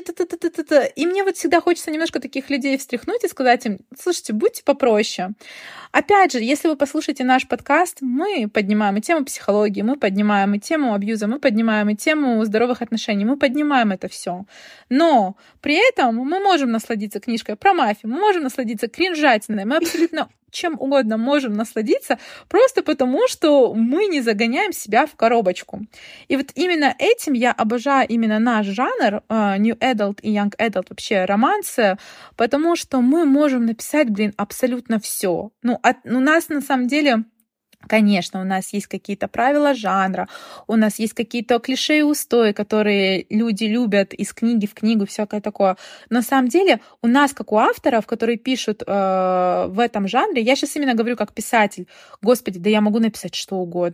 И мне вот всегда хочется немножко таких людей встряхнуть и сказать им, слушайте, будьте попроще. Опять же, если вы послушаете наш подкаст, мы поднимаем и тему психологии, мы поднимаем и тему абьюза, мы поднимаем и тему здоровых отношений, мы поднимаем это все. Но при этом мы можем насладиться книжкой про мафию, мы можем насладиться кринжатиной, мы абсолютно чем угодно можем насладиться, просто потому, что мы не загоняем себя в коробочку. И вот именно этим я обожаю именно наш жанр, uh, New Adult и Young Adult, вообще романсы, потому что мы можем написать, блин, абсолютно все. Ну, от, у нас на самом деле... Конечно, у нас есть какие-то правила жанра, у нас есть какие-то клише и устои, которые люди любят из книги в книгу, всякое такое. Но на самом деле у нас, как у авторов, которые пишут э, в этом жанре, я сейчас именно говорю как писатель, господи, да я могу написать что угодно.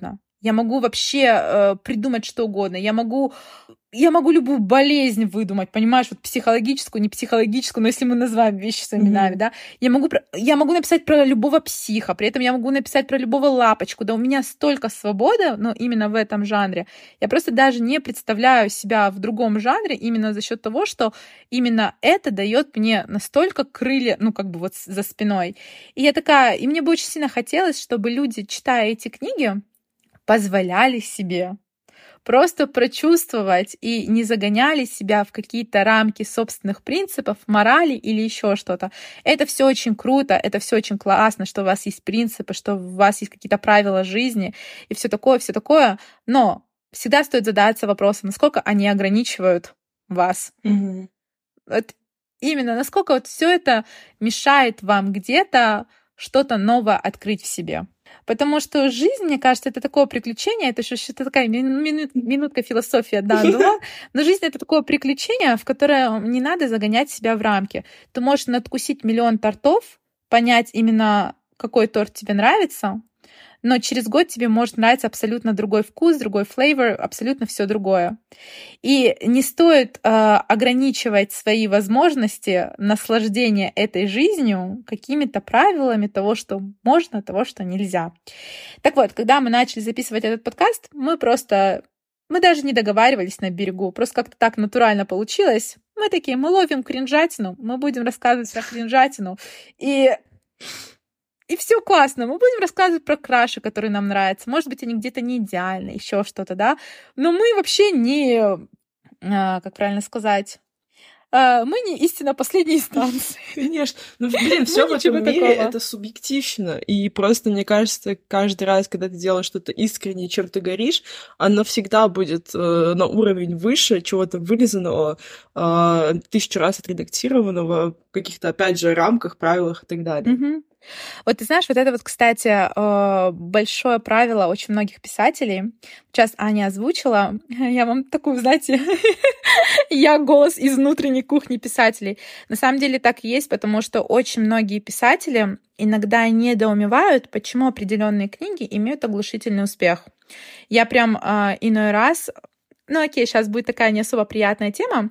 Я могу вообще э, придумать что угодно. Я могу, я могу любую болезнь выдумать, понимаешь, вот психологическую, не психологическую, но если мы называем вещи своими именами, mm-hmm. да. Я могу, я могу написать про любого психа, при этом я могу написать про любого лапочку. Да у меня столько свободы, но именно в этом жанре. Я просто даже не представляю себя в другом жанре именно за счет того, что именно это дает мне настолько крылья, ну как бы вот за спиной. И я такая, и мне бы очень сильно хотелось, чтобы люди, читая эти книги, позволяли себе просто прочувствовать и не загоняли себя в какие-то рамки собственных принципов, морали или еще что-то. Это все очень круто, это все очень классно, что у вас есть принципы, что у вас есть какие-то правила жизни и все такое, все такое. Но всегда стоит задаться вопросом, насколько они ограничивают вас. Mm-hmm. Вот именно насколько вот все это мешает вам где-то что-то новое открыть в себе. Потому что жизнь, мне кажется, это такое приключение, это что-то такая минут, минутка философии одна была, но жизнь — это такое приключение, в которое не надо загонять себя в рамки. Ты можешь надкусить миллион тортов, понять именно, какой торт тебе нравится, но через год тебе может нравиться абсолютно другой вкус, другой флейвор, абсолютно все другое. И не стоит э, ограничивать свои возможности наслаждения этой жизнью какими-то правилами того, что можно, того, что нельзя. Так вот, когда мы начали записывать этот подкаст, мы просто... Мы даже не договаривались на берегу, просто как-то так натурально получилось. Мы такие, мы ловим кринжатину, мы будем рассказывать про кринжатину. И... И все классно. Мы будем рассказывать про краши, которые нам нравятся. Может быть, они где-то не идеальны, еще что-то, да. Но мы вообще не, как правильно сказать, мы не истина последней инстанции. Конечно. Ну, блин, все в этом мире — это субъективно. И просто, мне кажется, каждый раз, когда ты делаешь что-то искренне, чем ты горишь, оно всегда будет э, на уровень выше чего-то вылизанного, э, тысячу раз отредактированного в каких-то, опять же, рамках, правилах и так далее. Mm-hmm. Вот ты знаешь, вот это вот, кстати, большое правило очень многих писателей. Сейчас Аня озвучила. Я вам такую, знаете, я голос из внутренней кухни писателей. На самом деле так и есть, потому что очень многие писатели иногда недоумевают, почему определенные книги имеют оглушительный успех. Я прям иной раз... Ну окей, сейчас будет такая не особо приятная тема.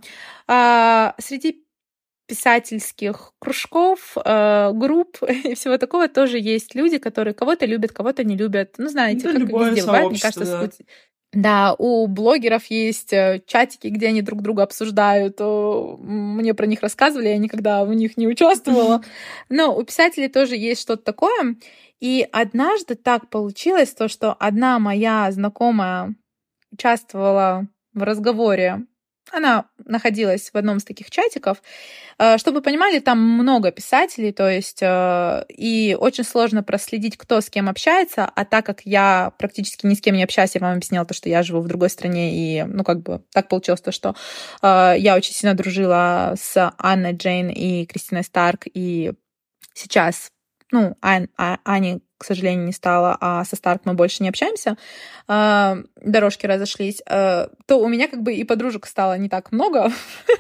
Среди писательских кружков, э, групп и всего такого тоже есть люди, которые кого-то любят, кого-то не любят. Ну, знаете, да, как везде бывает, мне кажется, да. Скуть... да, у блогеров есть чатики, где они друг друга обсуждают. Мне про них рассказывали, я никогда в них не участвовала. Но у писателей тоже есть что-то такое. И однажды так получилось, то, что одна моя знакомая участвовала в разговоре. Она находилась в одном из таких чатиков. Чтобы вы понимали, там много писателей, то есть и очень сложно проследить, кто с кем общается, а так как я практически ни с кем не общаюсь, я вам объясняла то, что я живу в другой стране, и, ну, как бы так получилось то, что я очень сильно дружила с Анной Джейн и Кристиной Старк, и сейчас, ну, Ань, Ани, к сожалению, не стало, а со Старк мы больше не общаемся, дорожки разошлись, то у меня как бы и подружек стало не так много.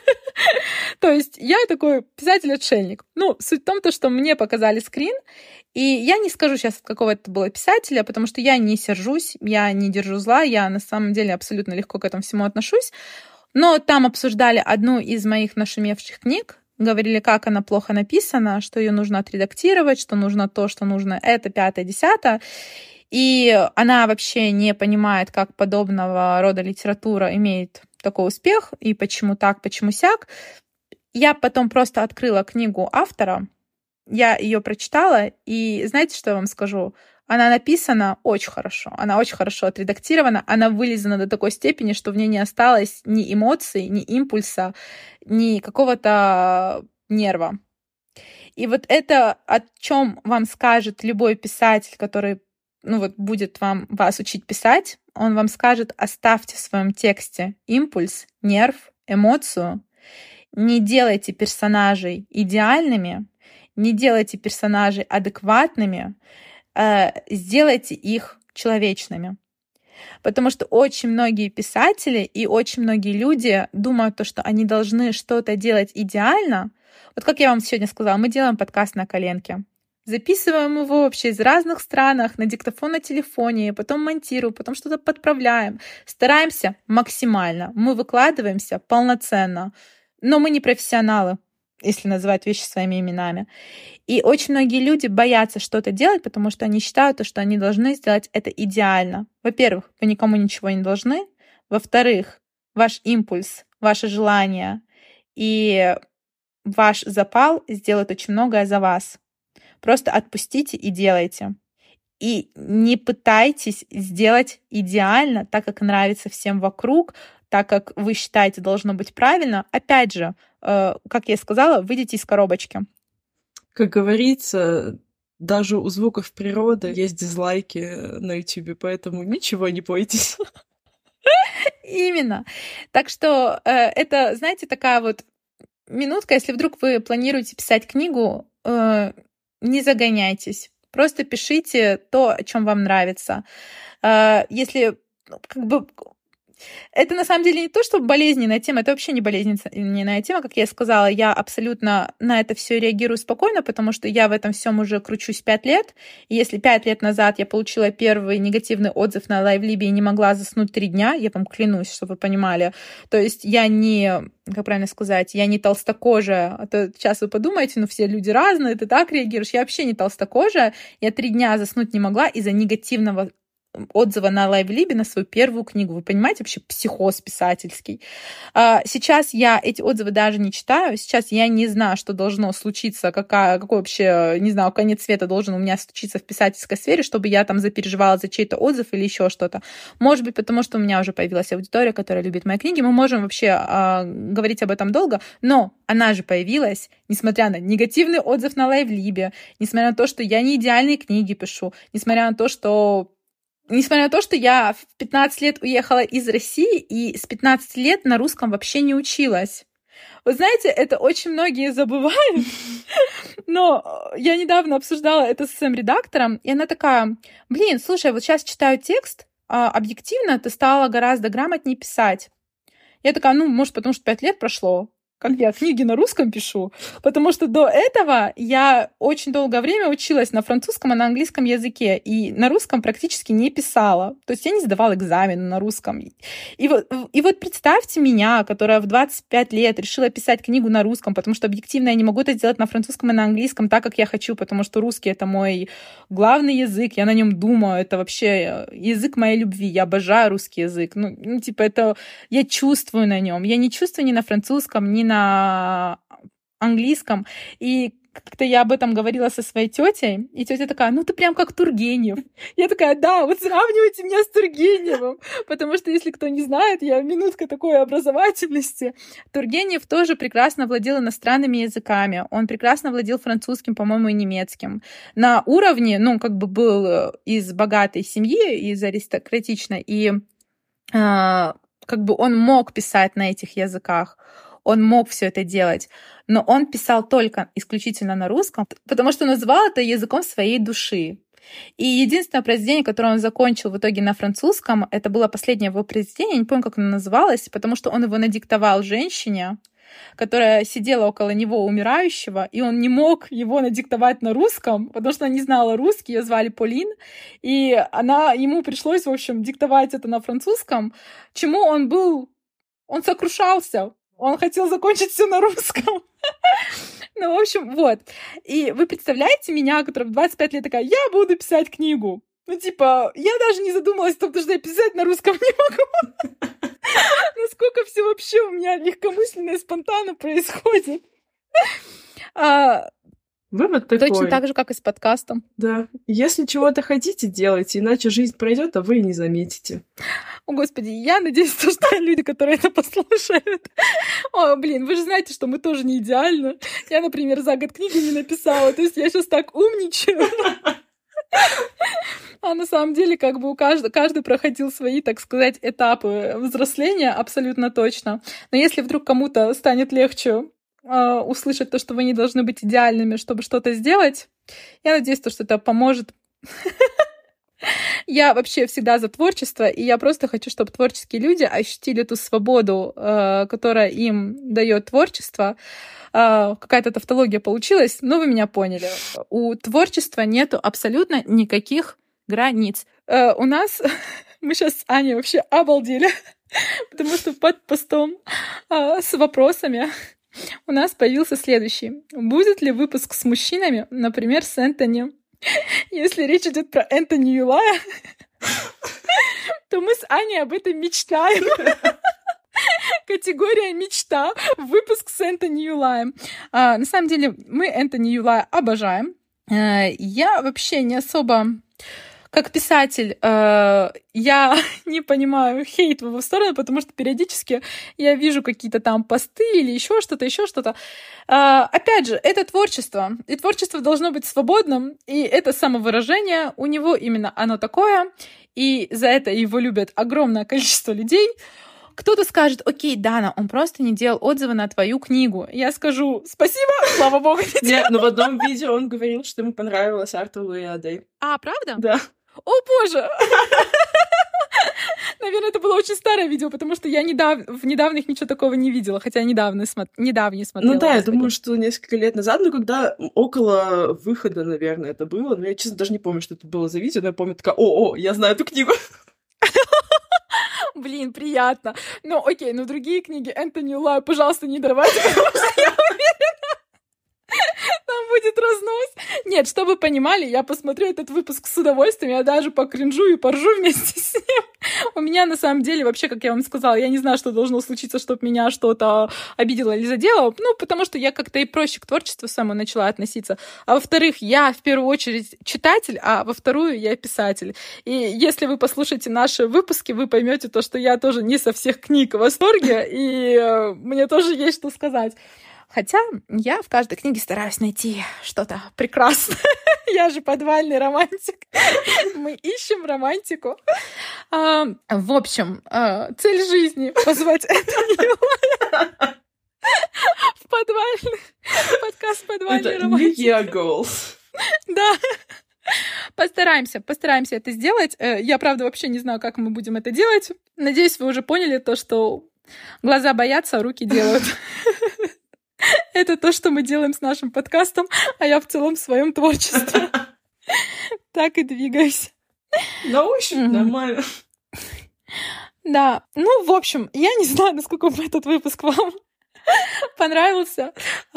То есть я такой писатель-отшельник. Ну, суть в том, что мне показали скрин, и я не скажу сейчас, от какого это было писателя, потому что я не сержусь, я не держу зла, я на самом деле абсолютно легко к этому всему отношусь. Но там обсуждали одну из моих нашумевших книг, говорили, как она плохо написана, что ее нужно отредактировать, что нужно то, что нужно это, пятое, десятое. И она вообще не понимает, как подобного рода литература имеет такой успех, и почему так, почему сяк. Я потом просто открыла книгу автора, я ее прочитала, и знаете, что я вам скажу? Она написана очень хорошо, она очень хорошо отредактирована, она вылизана до такой степени, что в ней не осталось ни эмоций, ни импульса, ни какого-то нерва. И вот это, о чем вам скажет любой писатель, который, ну вот, будет вам, вас учить писать, он вам скажет: оставьте в своем тексте импульс, нерв, эмоцию, не делайте персонажей идеальными, не делайте персонажей адекватными, э, сделайте их человечными. Потому что очень многие писатели и очень многие люди думают, то, что они должны что-то делать идеально. Вот как я вам сегодня сказала, мы делаем подкаст на коленке. записываем его вообще из разных странах на диктофон на телефоне, потом монтируем, потом что-то подправляем. Стараемся максимально. Мы выкладываемся полноценно. Но мы не профессионалы, если называть вещи своими именами. И очень многие люди боятся что-то делать, потому что они считают, что они должны сделать это идеально. Во-первых, вы никому ничего не должны. Во-вторых, ваш импульс, ваше желание и ваш запал сделают очень многое за вас. Просто отпустите и делайте. И не пытайтесь сделать идеально, так как нравится всем вокруг, так как вы считаете должно быть правильно. Опять же, э, как я сказала, выйдите из коробочки. Как говорится, даже у звуков природы есть дизлайки на YouTube, поэтому ничего не бойтесь. Именно. Так что э, это, знаете, такая вот минутка, если вдруг вы планируете писать книгу, э, не загоняйтесь. Просто пишите то, о чем вам нравится. Э, если как бы это на самом деле не то, что болезненная тема, это вообще не болезненная тема, как я сказала, я абсолютно на это все реагирую спокойно, потому что я в этом всем уже кручусь пять лет, и если пять лет назад я получила первый негативный отзыв на LiveLib и не могла заснуть три дня, я вам клянусь, чтобы вы понимали, то есть я не, как правильно сказать, я не толстокожая, а то сейчас вы подумаете, ну все люди разные, ты так реагируешь, я вообще не толстокожая, я три дня заснуть не могла из-за негативного отзыва на LiveLib на свою первую книгу. Вы понимаете, вообще психоз писательский. Сейчас я эти отзывы даже не читаю. Сейчас я не знаю, что должно случиться, какая, какой вообще, не знаю, конец света должен у меня случиться в писательской сфере, чтобы я там запереживала за чей-то отзыв или еще что-то. Может быть, потому что у меня уже появилась аудитория, которая любит мои книги. Мы можем вообще э, говорить об этом долго, но она же появилась, несмотря на негативный отзыв на LiveLib, несмотря на то, что я не идеальные книги пишу, несмотря на то, что Несмотря на то, что я в пятнадцать лет уехала из России и с пятнадцати лет на русском вообще не училась. Вы знаете, это очень многие забывают, но я недавно обсуждала это со своим редактором, и она такая, блин, слушай, вот сейчас читаю текст, а объективно ты стала гораздо грамотнее писать. Я такая, ну, может, потому что пять лет прошло, как я книги на русском пишу, потому что до этого я очень долгое время училась на французском и на английском языке, и на русском практически не писала. То есть я не сдавала экзамен на русском. И вот, и вот представьте меня, которая в двадцать пять лет решила писать книгу на русском, потому что объективно я не могу это сделать на французском и на английском так, как я хочу, потому что русский — это мой главный язык, я на нем думаю, это вообще язык моей любви, я обожаю русский язык. Ну, ну типа, это я чувствую на нем. Я не чувствую ни на французском, ни на на английском, и как-то я об этом говорила со своей тетей, и тетя такая, ну ты прям как Тургенев. Я такая, да, вот сравнивайте меня с Тургеневым, потому что, если кто не знает, я минутка такой образовательности. Тургенев тоже прекрасно владел иностранными языками, он прекрасно владел французским, по-моему, и немецким. На уровне, ну, как бы был из богатой семьи, из аристократичной, и э, как бы он мог писать на этих языках. Он мог все это делать, но он писал только исключительно на русском, потому что называл это языком своей души. И единственное произведение, которое он закончил в итоге на французском, это было последнее его произведение, я не помню, как оно называлось, потому что он его надиктовал женщине, которая сидела около него умирающего, и он не мог его надиктовать на русском, потому что она не знала русский, ее звали Полин, и она, ему пришлось, в общем, диктовать это на французском, чему он был, он сокрушался. Он хотел закончить все на русском. Ну, в общем, вот. И вы представляете меня, которая в двадцать пять лет такая, я буду писать книгу. Ну, типа, я даже не задумалась о том, что я писать на русском не могу. Насколько все вообще у меня легкомысленно и спонтанно происходит. Вывод такой. Точно так же, как и с подкастом. Да. Если чего-то хотите, делайте, иначе жизнь пройдет, а вы не заметите. О, Господи, я надеюсь, что люди, которые это послушают. О, блин, вы же знаете, что мы тоже не идеальны. Я, например, за год книги не написала, то есть я сейчас так умничаю. А на самом деле, как бы у каждого, каждый проходил свои, так сказать, этапы взросления, абсолютно точно. Но если вдруг кому-то станет легче услышать то, что вы не должны быть идеальными, чтобы что-то сделать. Я надеюсь, что это поможет. Я вообще всегда за творчество, и я просто хочу, чтобы творческие люди ощутили ту свободу, э, которая им дает творчество. Э, какая-то тавтология получилась, но вы меня поняли. У творчества нету абсолютно никаких границ. Э, у нас... Мы сейчас с Аней вообще обалдели, потому что под постом э, с вопросами у нас появился следующий. Будет ли выпуск с мужчинами, например, с Энтони? Если речь идет про Энтони Юлая, то мы с Аней об этом мечтаем. Категория мечта. Выпуск с Энтони Юлаем. А, на самом деле, мы Энтони Юлая обожаем. А, я вообще не особо... Как писатель, э, я не понимаю хейт в его сторону, потому что периодически я вижу какие-то там посты или еще что-то, еще что-то. Э, опять же, это творчество, и творчество должно быть свободным, и это самовыражение, у него именно оно такое, и за это его любят огромное количество людей. Кто-то скажет: окей, Дана, он просто не делал отзывы на твою книгу. Я скажу: спасибо, слава богу. Нет, но в одном видео он говорил, что ему понравилось Артур Луиадей. А, правда? Да. О, боже! Наверное, это было очень старое видео, потому что я недав... в недавних ничего такого не видела, хотя недавно смо... недавнее смотрела. Ну да, я думаю, что несколько лет назад, ну когда около выхода, наверное, это было, но я, честно, даже не помню, что это было за видео, но я помню, такая: о, о, я знаю эту книгу. Блин, приятно. Ну, окей, ну другие книги Энтони Юлая, пожалуйста, не давайте, потому что я уверена, там будет разнос. Нет, чтобы вы понимали, я посмотрю этот выпуск с удовольствием, я даже покринжу и поржу вместе с ним. У меня, на самом деле, вообще, как я вам сказала, я не знаю, что должно случиться, чтобы меня что-то обидело или задело, ну, потому что я как-то и проще к творчеству самой начала относиться. А во-вторых, я, в первую очередь, читатель, а во вторую, я писатель. И если вы послушаете наши выпуски, вы поймете то, что я тоже не со всех книг в восторге, и э, мне тоже есть что сказать. Хотя я в каждой книге стараюсь найти что-то прекрасное. Я же подвальный романтик. Мы ищем романтику. А, в общем, а, цель жизни — позвать Энтони Юлая в подвальный подкаст «Подвальный романтик». Это New Year Goals. Да. Постараемся, постараемся это сделать. Я, правда, вообще не знаю, как мы будем это делать. Надеюсь, вы уже поняли то, что глаза боятся, а руки делают. Это то, что мы делаем с нашим подкастом, а я в целом в своем творчестве. Так и двигаюсь. На ощупь нормально. Да. Ну, в общем, я не знаю, насколько этот выпуск вам понравился.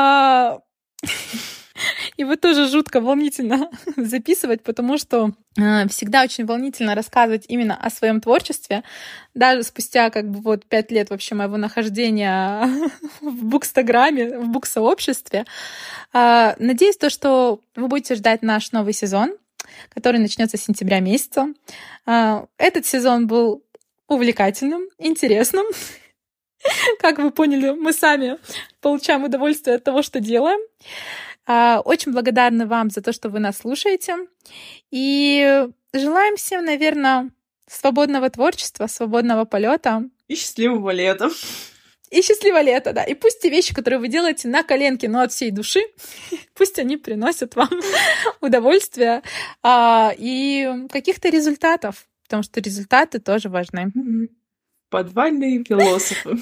Его тоже жутко волнительно записывать, потому что э, всегда очень волнительно рассказывать именно о своем творчестве, даже спустя как бы вот пять лет вообще моего нахождения в букстаграме, в буксообществе. Э, надеюсь, то, что вы будете ждать наш новый сезон, который начнется с сентября месяца. Э, этот сезон был увлекательным, интересным. Как вы поняли, мы сами получаем удовольствие от того, что делаем. Очень благодарны вам за то, что вы нас слушаете. И желаем всем, наверное, свободного творчества, свободного полета. И счастливого лета. И счастливого лета, да. И пусть те вещи, которые вы делаете на коленке, но от всей души, пусть они приносят вам удовольствие и каких-то результатов, потому что результаты тоже важны. Подвальные философы.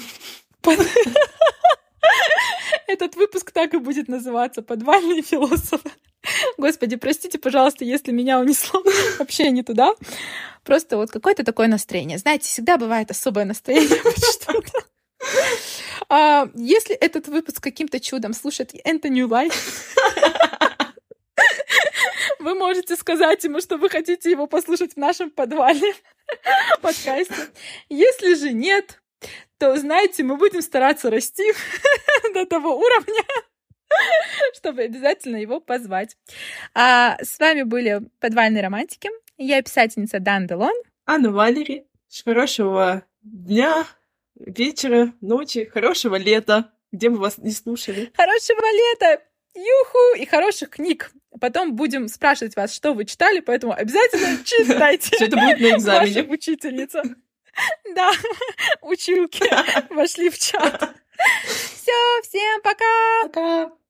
Этот выпуск так и будет называться «Подвальные философы». Господи, простите, пожалуйста, если меня унесло вообще не туда. Просто вот какое-то такое настроение. Знаете, всегда бывает особое настроение под что-то. А если этот выпуск каким-то чудом слушает Энтони Юлай, вы можете сказать ему, что вы хотите его послушать в нашем подвальном подкасте. Если же нет, то, знаете, мы будем стараться расти до того уровня, чтобы обязательно его позвать. А с вами были «Подвальные романтики». Я писательница Дана Делон. Анна Валери. Хорошего дня, вечера, ночи, хорошего лета, где бы вас не слушали. Хорошего лета! Юху! И хороших книг. Потом будем спрашивать вас, что вы читали, поэтому обязательно читайте. Все это будет на экзамене. Ваша учительница. Да, училки вошли в чат. Все, всем пока! Пока!